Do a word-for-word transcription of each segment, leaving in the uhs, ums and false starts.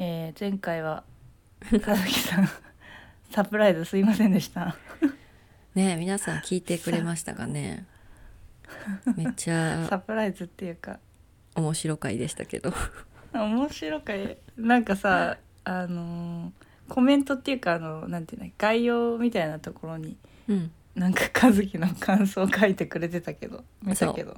えー、前回は和樹さんサプライズすいませんでしたねえ皆さん聞いてくれましたかね。めっちゃサプライズっていうか面白回でしたけど面白かいなんかさあのーコメントっていうかあのなんていうの概要みたいなところにうんなんか和樹の感想を書いてくれてたけど見たけど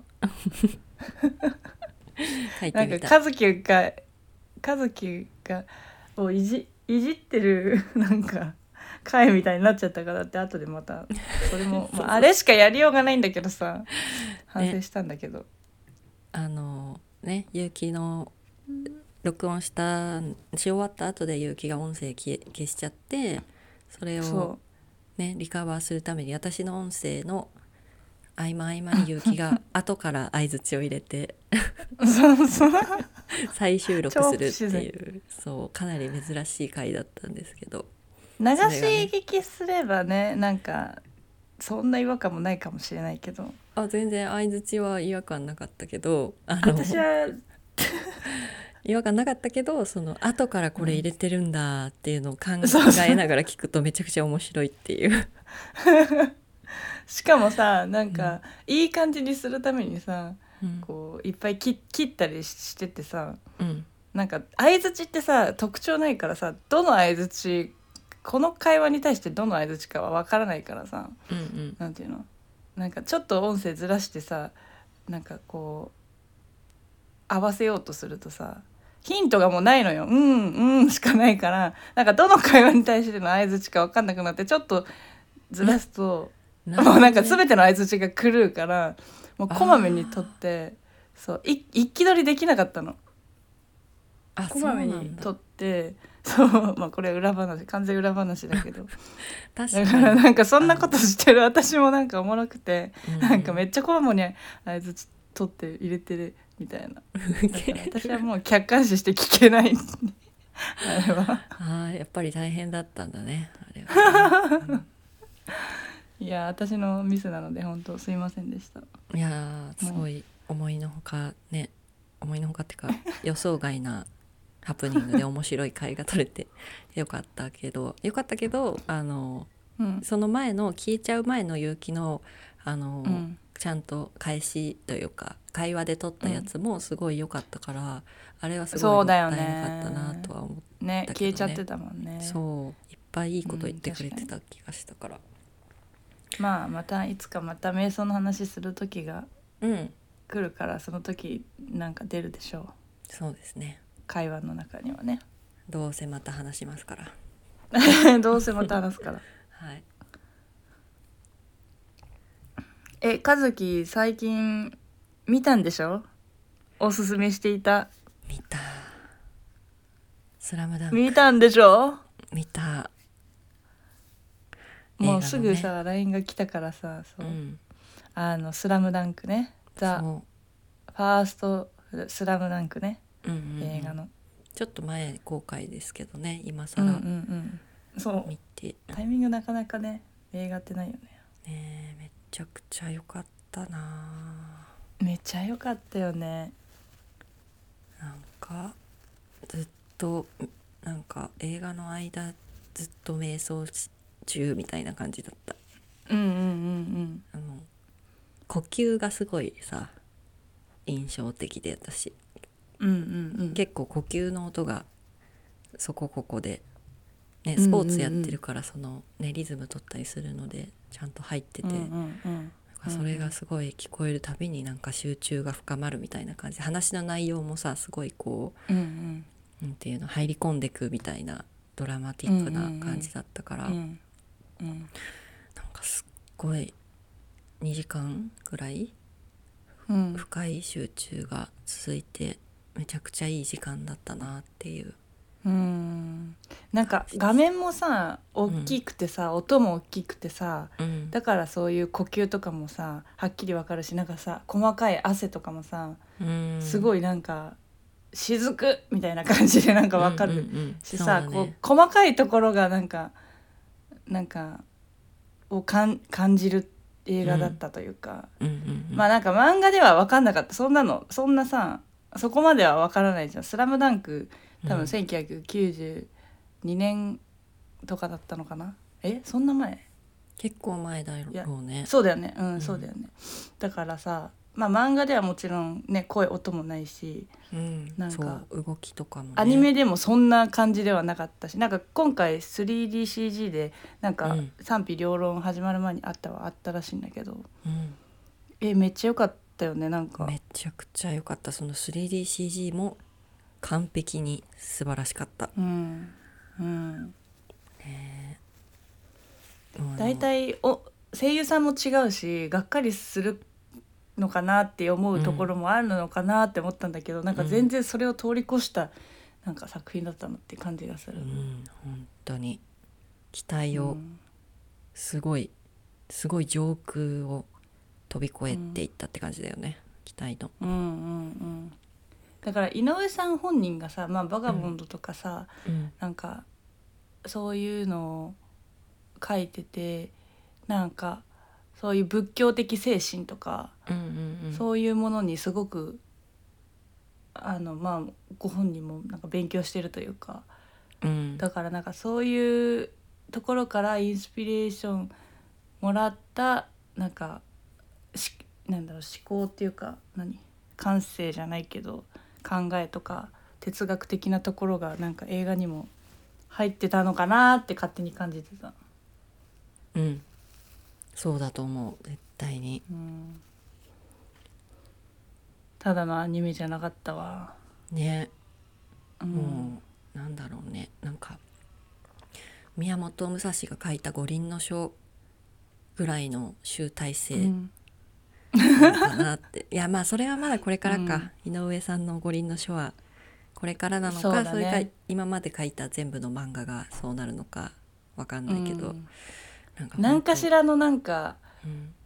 書いてみた。 なんか和樹が和樹がをいじいじってるなんか回みたいになっちゃったからって後でまたそれも、まあ、あれしかやりようがないんだけどさ反省したんだけど、ね、 あのねゆうきの録音したし終わった後でゆうきが音声消消しちゃってそれをねリカバーするために私の音声の合間合間にゆうきが後から相槌を入れてそうそう再収録するって超不自然いうそうかなり珍しい回だったんですけど流しそれがね聞きすればねなんかそんな違和感もないかもしれないけどあ全然相槌は違和感なかったけどあの私は違和感なかったけどその後からこれ入れてるんだっていうのを考そうそうえながら聞くとめちゃくちゃ面白いっていうしかもさなんか、 うん、 いい感じにするためにさ、 うん、 こういっぱい切切ったりしててさうんなんか相槌ってさ特徴ないからさどの相槌この会話に対してどの相槌かは分からないからさうんうんなんていうのなんかちょっと音声ずらしてさなんかこう合わせようとするとさヒントがもうないのようんうんしかないからなんかどの会話に対しての相槌か分かんなくなってちょっとずらすとなるほどねもうなんか全ての相槌が狂うからもうこまめに取っあてそうい一気取りできなかったの。 ーあこまめそうなんだ。 に取ってそうまあこれ裏話完全裏話だけどだか確かにらなんかそんなあのことしてる私もなんかおもろくて、 うんうんなんかめっちゃこまめに相槌取って入れてるみたいなだから私はもう客観視して聞けないあれはあーやっぱり大変だったんだねあれはね、うんいや私のミスなので本当すいませんでした。 いやーすもごい思いのほかね思いのほかっていうか予想外なハプニングで面白い回が撮れてよかったけどよかったけどあのう、うん、 その前の消えちゃう前の結城のあの、 うん、 ちゃんと返しというか会話で撮ったやつもすごい良かったから、あれはすごいもっそうだよたいなかったなねとは思っねたけどね。 消えちゃってたもんね。 そういっぱいいいこと言ってうん、 くれて確かにた気がしたから、 まあまたいつかまた瞑想の話する時がうん来るからその時なんか出るでしょうそうですね。 会話の中にはねどうせまた話しますからどうせまた話すからはいえ和樹最近見たんでしょおすすめしていた見たスラムダンク見たんでしょ見たもう映画のねすぐさ ライン が来たからさそう、 うん、 あのスラムダンクねザ・そファーストスラムダンクねう、うんうんうん、 映画のちょっと前公開ですけどね今うんうん更うんそう見て、 タイミングなかなかね映画ってないよね。 ねえめちゃくちゃ良かったな。 めっちゃ良かったよね。 なんかずっとなんか映画の間ずっと瞑想中みたいな感じだった。 うんうんうんあの呼吸がすごいさ印象的で私、 うんうんうんうん結構呼吸の音がそこここで、ね、 うんうんうんスポーツやってるからその、ね、リズム取ったりするのでちゃんと入ってて、 うんうんうんなんかそれがすごい聞こえるたびになんか集中が深まるみたいな感じで、話の内容もさすごいこうんうんうなんていうの入り込んでくみたいなドラマティックな感じだったから、 うんうんうんなんかすっごいにじかんぐらいうん深い集中が続いてめちゃくちゃいい時間だったなっていう。 うんなんか画面もさ大きくてさ、うん、音も大きくてさ、 うん、 だからそういう呼吸とかもさはっきりわかるしなんかさ細かい汗とかもさ、 うん、 すごいなんか雫みたいな感じでなんかわかるしさ、 うんうんうん、 こう細かいところがなんかなんかをかん感じる映画だったというか、 うんうんうんうん、 まあなんか漫画では分かんなかったそんなのそんなさそこまでは分からないじゃん。スラムダンク多分せんきゅうひゃくきゅうじゅうにねんとかだったのかな。えそんな前？ 結構前だろうね。 そうだよねうん、 うん、 そうだよね。だからさまあ漫画ではもちろんね声音もないし、 うん、 なんかそう動きとかもねアニメでもそんな感じではなかったし、なんか今回 スリーディーシージー でなんか賛否両論始まる前にあったはあったらしいんだけど、 うん、 えめっちゃ良かったよね。なんかめちゃくちゃ良かった。その スリーディーシージー も完璧に素晴らしかった。 うんうんね、 だいたいお声優さんも違うしがっかりするのかなって思うところもあるのかなって思ったんだけど、うん、なんか全然それを通り越したなんか作品だったのって感じがする、 うん、本当に期待をすごい、うん、すごい上空を飛び越えていったって感じだよね、うん、期待の、 うんうんうん、だから井上さん本人がさ、まあ、バガボンドとかさ、うん、なんかそういうのを書いててなんかそういう仏教的精神とか、 うんうんうん、 そういうものにすごくあのまあご本人もなんか勉強してるというか、 うん、 だからなんかそういうところからインスピレーションもらったなんかしなんだろう思考っていうか何感性じゃないけど考えとか哲学的なところがなんか映画にも入ってたのかなって勝手に感じてた。 うん、そうだと思う絶対に、 うん、ただのアニメじゃなかったわね、 うん、 もうなんだろうね、なんか宮本武蔵が書いた五輪の書ぐらいの集大成なのかなって、うん、いやまあそれはまだこれからか、うん、井上さんの五輪の書はこれからなのか そ,、ね、それか今まで書いた全部の漫画がそうなるのかわかんないけど、うん、 なんか何かしらのなんか、うん、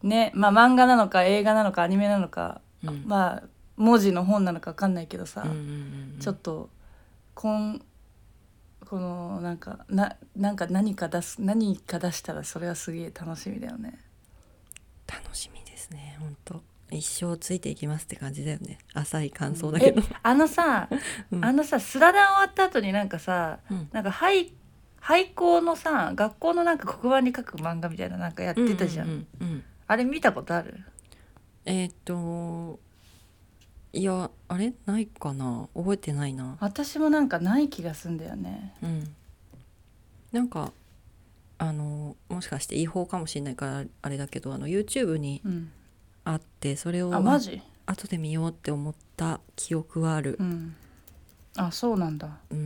ねまあ漫画なのか映画なのかアニメなのか、うん、まあ文字の本なのかわかんないけどさ、うんうんうんうん、ちょっとこんこのなんかななんか何か出す何か出したらそれはすげえ楽しみだよね。 楽しみですね本当。一生ついていきますって感じだよね。浅い感想だけど、うん、 あのさ、うん、あのさスラダン終わった後になんかさ、うん、なんか廃廃校のさ学校のなんか黒板に書く漫画みたいななんかやってたじゃん、うんうんうんうん、あれ見たことある？ えー、っといやあれないかな覚えてないな。 私もなんかない気がすんだよね、 うん、なんかあのもしかして違法かもしれないからあれだけどあの YouTube にあって、うん、それをあマジ後で見ようって思った記憶はある、 うん、あそうなんだ、 うん、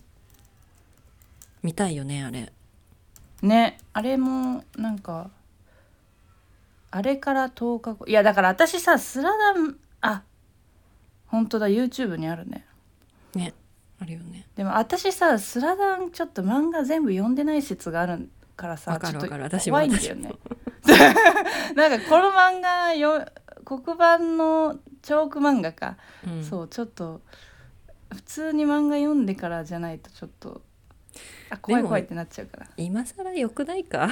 見たいよねあれね。あれもなんかあれからとおかごいやだから私さスラダンあ本当だ YouTube にあるね。 ねあるよね。 でも私さスラダンちょっと漫画全部読んでない説があるからさわかるわかるちょっと怖いんだよねなんかこの漫画よ黒板のチョーク漫画か、うん、そうちょっと普通に漫画読んでからじゃないとちょっとあ怖い怖いってなっちゃうから。 今更よくないか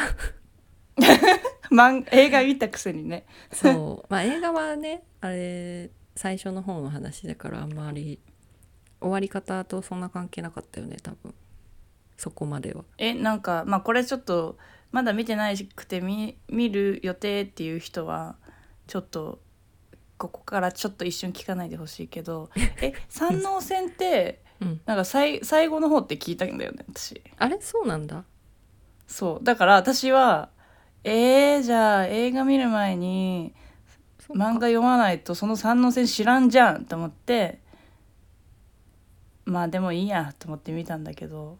映画見たくせにねそうまあ映画はねあれ最初の方の話だからあんまり終わり方とそんな関係なかったよね多分そこまでは。 えなんかまあこれちょっとまだ見てないくて 見, 見る予定っていう人はちょっとここからちょっと一瞬聞かないでほしいけどえ山王戦ってなんかさい最後の方って聞いたんだよね私。 あれそうなんだ。 そうだから私はえー、じゃあ映画見る前に漫画読まないとその山王戦知らんじゃんと思ってまあでもいいやと思って見たんだけど。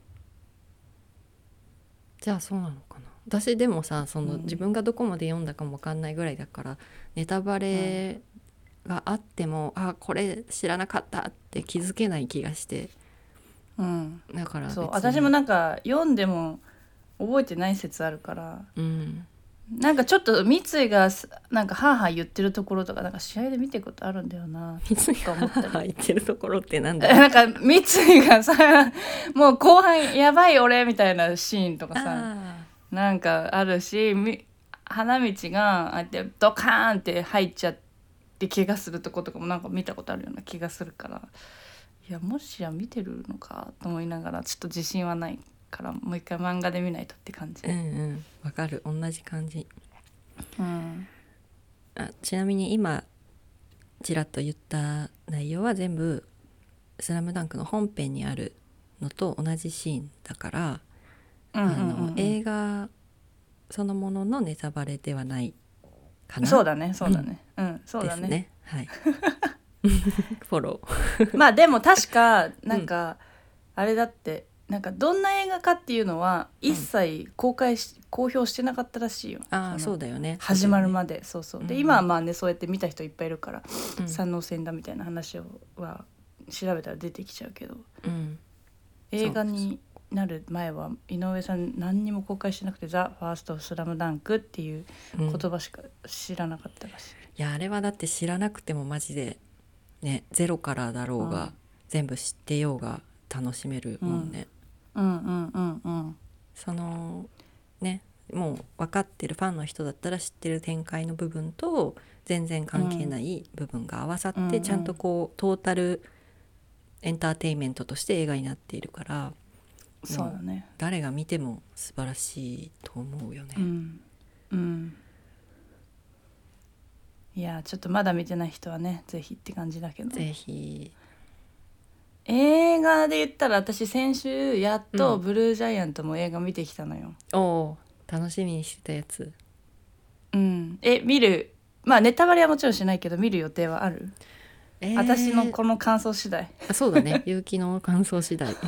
じゃあそうなのかな。私でもさその、うん、自分がどこまで読んだかも分かんないぐらいだからネタバレがあっても、うん、あこれ知らなかったって気づけない気がして、 うん、 だからそう私もなんか読んでも覚えてない説あるから、 うん、 なんかちょっと三井がなんかハーハー言ってるところとかなんか試合で見てることあるんだよな三井がハーハー言ってるところってなんだなんか三井がさもう後半やばい俺みたいなシーンとかさなんかあるし花道があってドカーンって入っちゃって怪我するとことかもなんか見たことあるような気がするからいやもしや見てるのかと思いながらちょっと自信はないからもう一回漫画で見ないとって感じ。 うんうんわかる、同じ感じ。 うんあちなみに今ちらっと言った内容は全部スラムダンクの本編にあるのと同じシーンだから、 うんうんうんあの映画そのもののネタバレではないかな。 そうだねそうだねうん、うん、そうだねですねはいフォローまあでも確かなんか、うん、あれだってなんかどんな映画かっていうのは一切公開し、うん、公表してなかったらしいよ。 ああそうだよね始まるまで。そうそうで、うん、今はまあねそうやって見た人いっぱいいるから、 うん、 三能線だみたいな話をは調べたら出てきちゃうけど、 うん、 映画になる前は井上さん何にも公開してなくてザ・ファースト・スラムダンクっていう言葉しか知らなかったらしい、うん、 いやあれはだって知らなくてもマジでねゼロからだろうが、うん、全部知ってようが楽しめるもんね、 うん、うんうんうんうんそのねもう分かってるファンの人だったら知ってる展開の部分と全然関係ない部分が合わさって、うん、ちゃんとこうトータルエンターテインメントとして映画になっているから、 そうだね、 誰が見ても素晴らしいと思うよね。 うんうん、いやちょっとまだ見てない人はねぜひって感じだけど、 ぜひ。 映画で言ったら私先週やっとブルージャイアントも映画見てきたのよ、 うん、おー楽しみにしてたやつ。 うんえ見るまあネタバレはもちろんしないけど見る予定はある？えー、私のこの感想次第。 あそうだね結城の感想次第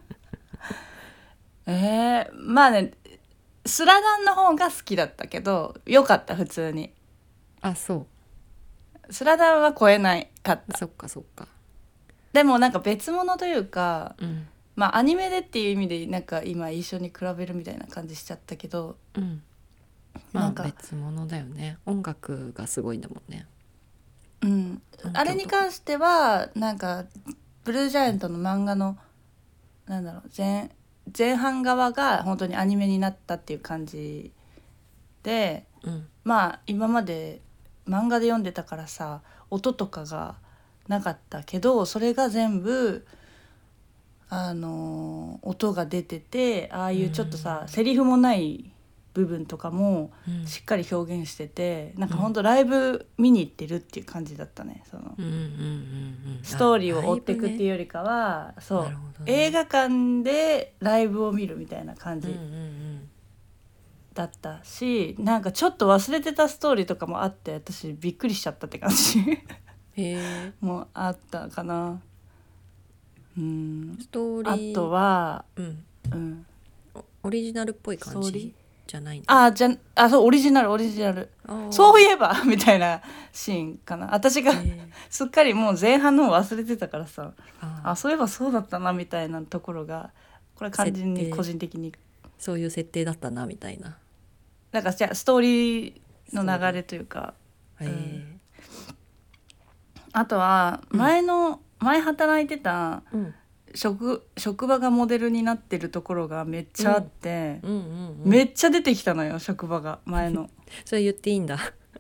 えー、まあねスラダンの方が好きだったけどよかった普通に。 あそうスラダンは超えないかった。 そっかそっか。 でもなんか別物というか、 うん、 まあアニメでっていう意味でなんか今一緒に比べるみたいな感じしちゃったけど、 うん、まあ別物だよね。音楽がすごいんだもんね。 うん、あれに関してはなんかブルージャイアントの漫画のなんだろう 前, 前半側が本当にアニメになったっていう感じで、 うん、 まあ今まで漫画で読んでたからさ音とかがなかったけどそれが全部あの音が出ててああいうちょっとさ、うん、セリフもない部分とかもしっかり表現してて、うん、なんかほんとライブ見に行ってるっていう感じだったね。その、 うんうんうんうん、 ストーリーを追っていくっていうよりかは、ね、そう、ね、映画館でライブを見るみたいな感じだったし、うんうんうん、なんかちょっと忘れてたストーリーとかもあって私びっくりしちゃったって感じへもうあったかな。うん、 ストーリーあとは、 うんうん、 オリジナルっぽい感じじゃないの？ あじゃあそうオリジナルオリジナルそういえばみたいなシーンかな。私がすっかりもう前半の方忘れてたからさ あ, あそういえばそうだったなみたいなところがこれ完全に個人的にそういう設定だったなみたいな。 なんかじゃあストーリーの流れというか、うん、あとは前の、うん、前働いてた職、職場がモデルになってるところがめっちゃあって、うんうんうんうん、めっちゃ出てきたのよ職場が前のそれ言っていいんだ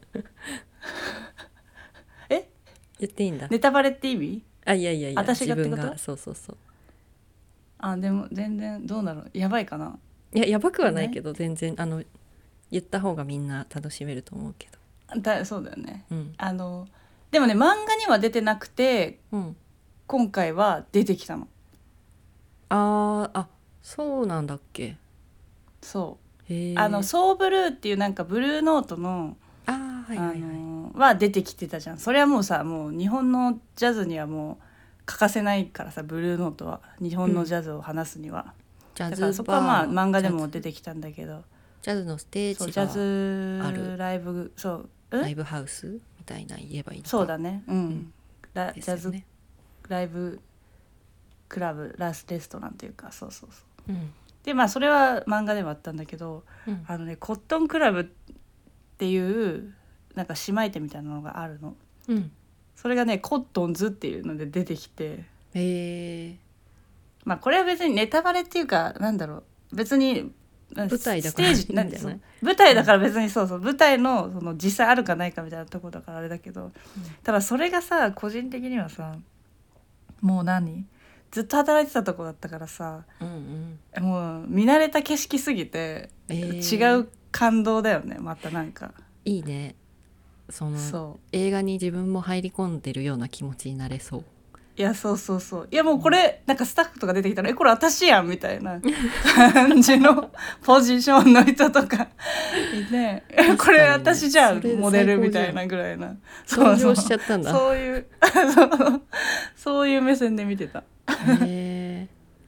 え言っていいんだ。 ネタバレって意味？ あいやいやいや私がってこと？ 自分がそうそうそう。 あでも全然どうだろうやばいかな。 いややばくはないけど、ね、全然あの言った方がみんな楽しめると思うけど。 だそうだよね、 うん、 あのでもね漫画には出てなくて、 うん、 今回は出てきたの。 ああそうなんだっけ。 そうへあのソーブルーっていうなんかブルーノートのあ、はいはいはい、 あのは出てきてたじゃん。それはもうさもう日本のジャズにはもう欠かせないからさブルーノートは日本のジャズを話すには、うん、だからそこはまあ漫画でも出てきたんだけどジャズのステージがあるジャズライブそうライブハウスみたいな言えばいいのか。 そうだね、うんうん、ラね、 ジャズライブクラブラスレストランというかそうそうそう、 うん、 でまあそれは漫画でもあったんだけど、 うん、 あのねコットンクラブっていうなんか姉妹店みたいなのがあるの、 うん、 それがねコットンズっていうので出てきて、 へー、 まあこれは別にネタバレっていうかなんだろう別に舞台だからいいんじゃない？ 舞台だから別にそうそう舞台 の, その実際あるかないかみたいなところだからあれだけど、うん、ただそれがさ個人的にはさもう何ずっと働いてたとこだったからさ、 うんうん、 もう見慣れた景色すぎて、 えー、 違う感動だよね。またなんかいいね。そのそう映画に自分も入り込んでるような気持ちになれそう。 いやそうそうそういやもうこれ、うん、なんかスタッフとか出てきたらえこれ私やんみたいな感じのポジションの人とかいて、ね、これ私じゃんモデルみたいなぐらいな登場しちゃったんだ。 そういうそうそういう目線で見てた。 へえ。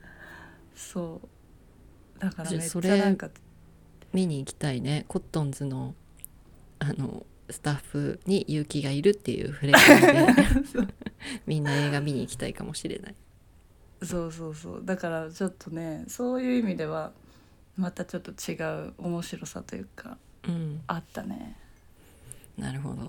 そうだからめっちそれゃなんか見に行きたいね。コットンズのあのスタッフに結城がいるっていうフレーズでみんな映画見に行きたいかもしれない。 そうそうそうだからちょっとねそういう意味ではまたちょっと違う面白さというか、 うん、 あったね。 なるほど、 うん、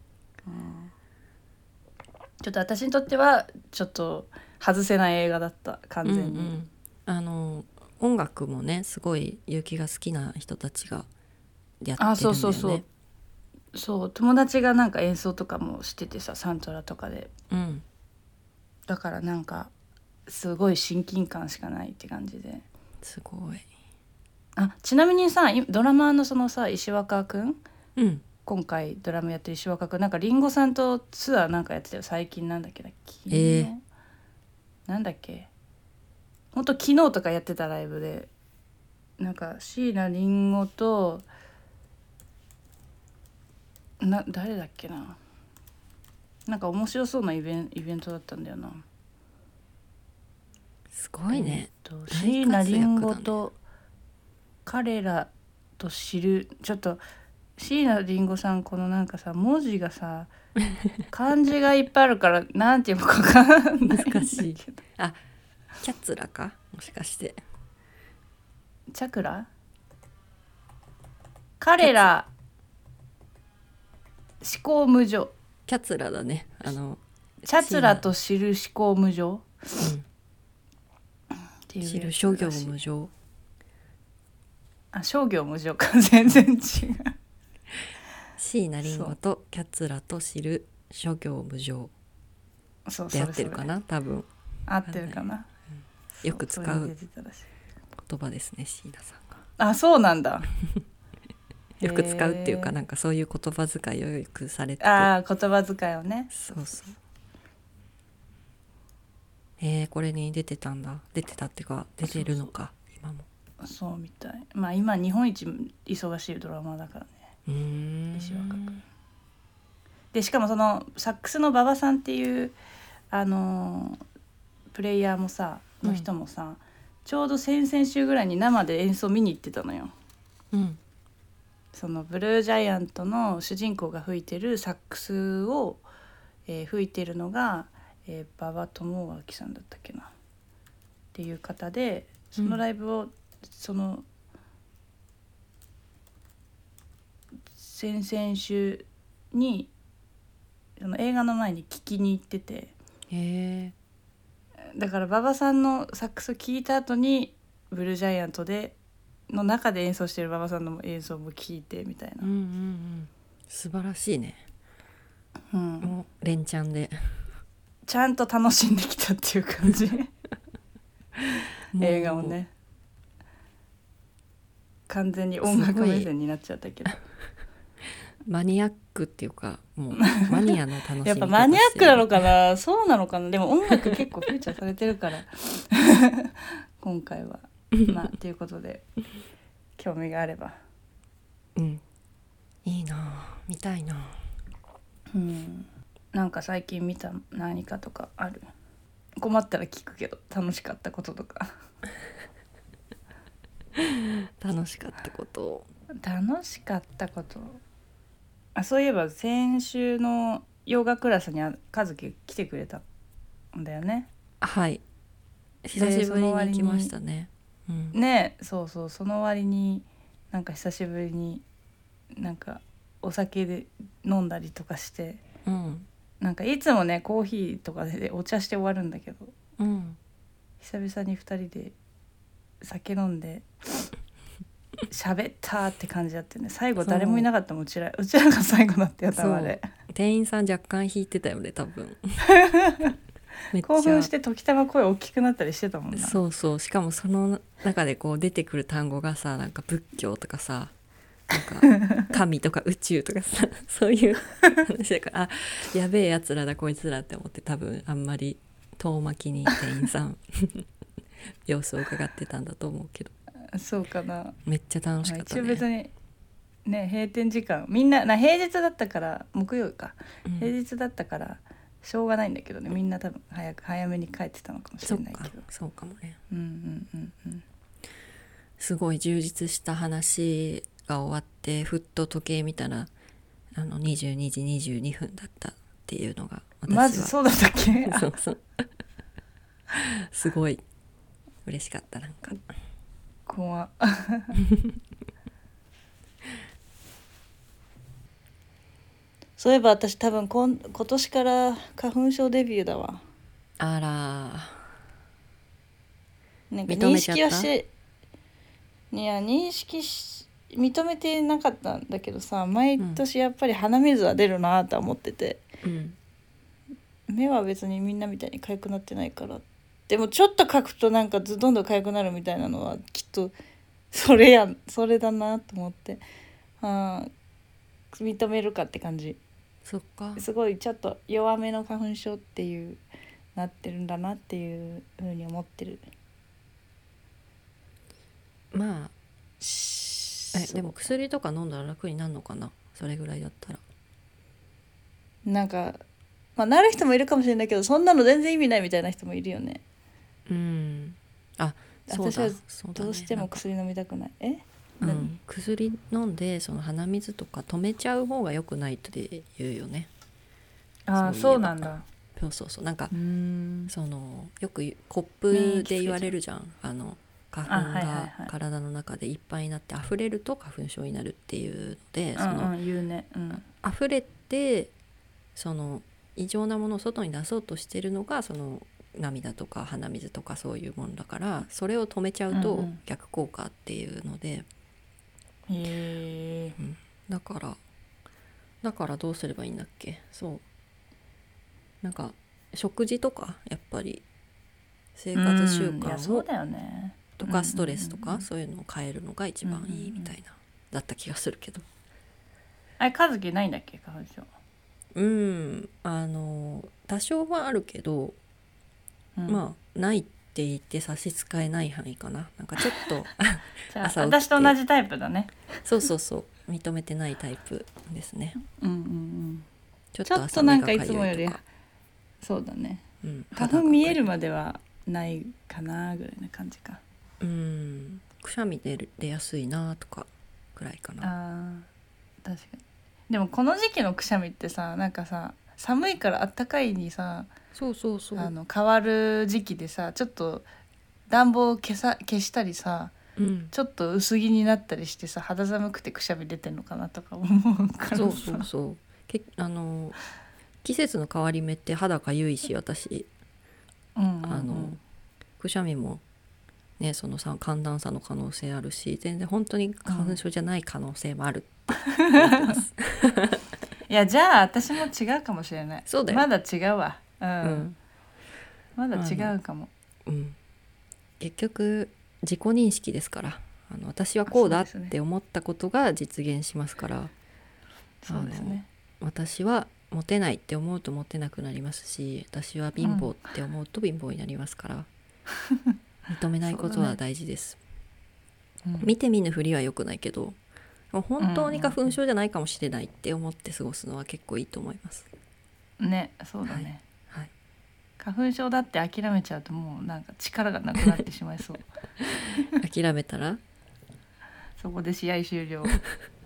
ちょっと私にとってはちょっと外せない映画だった完全に、うんうん、 あの音楽もねすごい結城が好きな人たちがやってるんだよね。 あそうそうそうそう友達がなんか演奏とかもしててさサントラとかで、 うん、 だからなんかすごい親近感しかないって感じで。 すごい。 あちなみにさドラマーのそのさ石若くん、 うん、 今回ドラムやってる石若くんなんかリンゴさんとツアーなんかやってたよ最近。なんだっけな昨日、えー、なんだっけほんと昨日とかやってたライブでなんか椎名林檎とな誰だっけななんか面白そうなイベン、イベントだったんだよな。 すごいね。 椎名林檎と彼らと知るちょっと椎名林檎さんこのなんかさ文字がさ漢字がいっぱいあるからなんていうのか分かんない難しい。あキャツラかもしかしてチャクラ彼ら思考無常キャツラだね。あのチャツラと知る思考無常、うん、 っていう知る諸行無常。 あ諸行無常か全然違う。 椎名林檎とキャツラと知る諸行無常でやってるかな多分。 合ってるかな、 うん、よく使う言葉ですね椎名さんが。 あそうなんだよく使うっていうかなんかそういう言葉遣いをよくされてて。 あ言葉遣いをね。 そうそうえー、これに出てたんだ。出てたっていうか出てるのか今も。 そうみたい。まあ今日本一忙しいドラマだからね。 うーん石若君でしかもそのサックスの馬場さんっていうあのプレイヤーもさの人もさ、うん、ちょうど先々週ぐらいに生で演奏見に行ってたのよ、 うん、 そのブルージャイアントの主人公が吹いてるサックスを、えー、吹いてるのが、えー、馬場智明さんだったっけなっていう方でそのライブを、うん、その先々週にその映画の前に聞きに行ってて、 へだから馬場さんのサックス聴いた後にブルージャイアントでの中で演奏してる馬場さんの演奏も聴いてみたいな、 うんうんうん、素晴らしいね、 うん、 もう連チャンでちゃんと楽しんできたっていう感じ映画をね完全に音楽目線になっちゃったけどマニアックっていうかもうマニアの楽しみ方やっぱマニアックなのかなそうなのかなでも音楽結構フューチャーされてるから今回はまあということで興味があればうんいいな見たいなうんなんか最近見た何かとかある困ったら聞くけど楽しかったこととか楽しかったこと楽しかったことあそういえば先週のヨガクラスに和樹来てくれたんだよね。 はい久しぶりに来ましたね、うん、 ねそうそうその割になんか久しぶりになんかお酒で飲んだりとかして、 うん、 なんかいつもねコーヒーとかでお茶して終わるんだけど、 うん、 久々にふたりで酒飲んで喋ったって感じだってね最後誰もいなかったもんうちらうちらが最後だったよ多分あれ店員さん若干引いてたよね多分めっちゃ興奮して時たま声大きくなったりしてたもんな。 そうそう、しかもその中でこう出てくる単語がさ、なんか仏教とかさ、なんか神とか宇宙とかさそういう話だから、あ、やべえやつらだこいつらって思って、多分あんまり遠巻きに店員さん様子を伺ってたんだと思うけど、 そうかな。 めっちゃ楽しまあ、 かった一応別ね。 にね閉店時間みんなな平日だったから木曜日か、 うん平日だったからしょうがないんだけどね、みんな多分早く早めに帰ってたのかもしそっかれないけど。 そうかもね。 うんうんうんうんすごい充実した話が終わって、ふっと時計見たらあのにじゅうにじにじゅうにふんだったっていうのが私はマジそうだったっけそうそうすごい嬉しかった。なんか怖っそういえば私多分今今年から花粉症デビューだわ。 あらなんか認認めちゃった識はしていや認識し認めてなかったんだけどさ、毎年やっぱり鼻水は出るなとは思ってて、 うん目は別にみんなみたいに痒くなってないから。でもちょっと書くとなんかずどんどん痒くなるみたいなのはきっとそれやそれだなと思って、あ認めるかって感じ。 そっか。 すごいちょっと弱めの花粉症っていうなってるんだなっていうふうに思ってる。 まあえそうでも薬とか飲んだら楽になるのかな、それぐらいだったら。 なんか、まあ、なる人もいるかもしれないけど、そんなの全然意味ないみたいな人もいるよね。 うんあそうだ私はそうだね、 どうしても薬飲みたくない。え何、 うん、薬飲んでその鼻水とか止めちゃう方が良くないって言うよね。 ああ、 そういえばそうなんだ。 そうそうそう、なんかうーんそのよくコップで言われるじゃん、あの花粉あはいはいがはい体の中でいっぱいになって溢れると花粉症になるっていうので、 うんそのうん言うね。うん溢れてその異常なものを外に出そうとしてるのがその涙とか鼻水とかそういうものだから、それを止めちゃうとうんうん逆効果っていうので、 へえ。 うんだからだからどうすればいいんだっけ。そうなんか食事とかやっぱり生活習うんいや慣をそうだよね。 とかストレスとうんうんうんうんかそういうのを変えるのが一番いいみたいなだった気がするけど、 あれ和樹ないんだっけ花粉症。 うんあの多少はあるけど、 うん、 まあないって言って差し支えない範囲かな。なんかちょっとじゃあ朝起きて私と同じタイプだね。 そうそうそう認めてないタイプですね。 うんうんうんちょっちょっと朝目がとなんかいかゆいとかつもよりそうだね。 うん、 花粉見えるまではないかなぐらいな感じか。 うんくしゃみ出出やすいなとかくらいかな。 あー確かに。でもこの時期のくしゃみってさ、なんかさ寒いからあったかいにさそうそうそう、 あの変わる時期でさ、ちょっと暖房を消さ消したりさ、 うん、 ちょっと薄着になったりしてさ、肌寒くてくしゃみ出てんのかなとか思うからさ。 そうそうそうけあの季節の変わり目って肌かゆいし、私うんうんうん、 あのくしゃみもねそのさ寒暖差の可能性あるし、全然本当に花粉症じゃない可能性もあるって思ってます、 いやじゃあ私も違うかもしれない。 そうだよまだ違うわ。うん、 うんまだ違うかも。 うん、結局自己認識ですから、あの私はこうだっそうですねて思ったことが実現しますから、 そうですね。 あの私はモテないって思うとモテなくなりますし、私は貧乏って思うと貧乏になりますから、認めないことは大事です、 うん見て見ぬふりは良くないけど、本当に花粉症じゃないかもしれないって思って過ごすのは結構いいと思います。 ね、そうだね、 はい、 花粉症だって諦めちゃうともうなんか力がなくなってしまいそう諦めたらそこで試合終了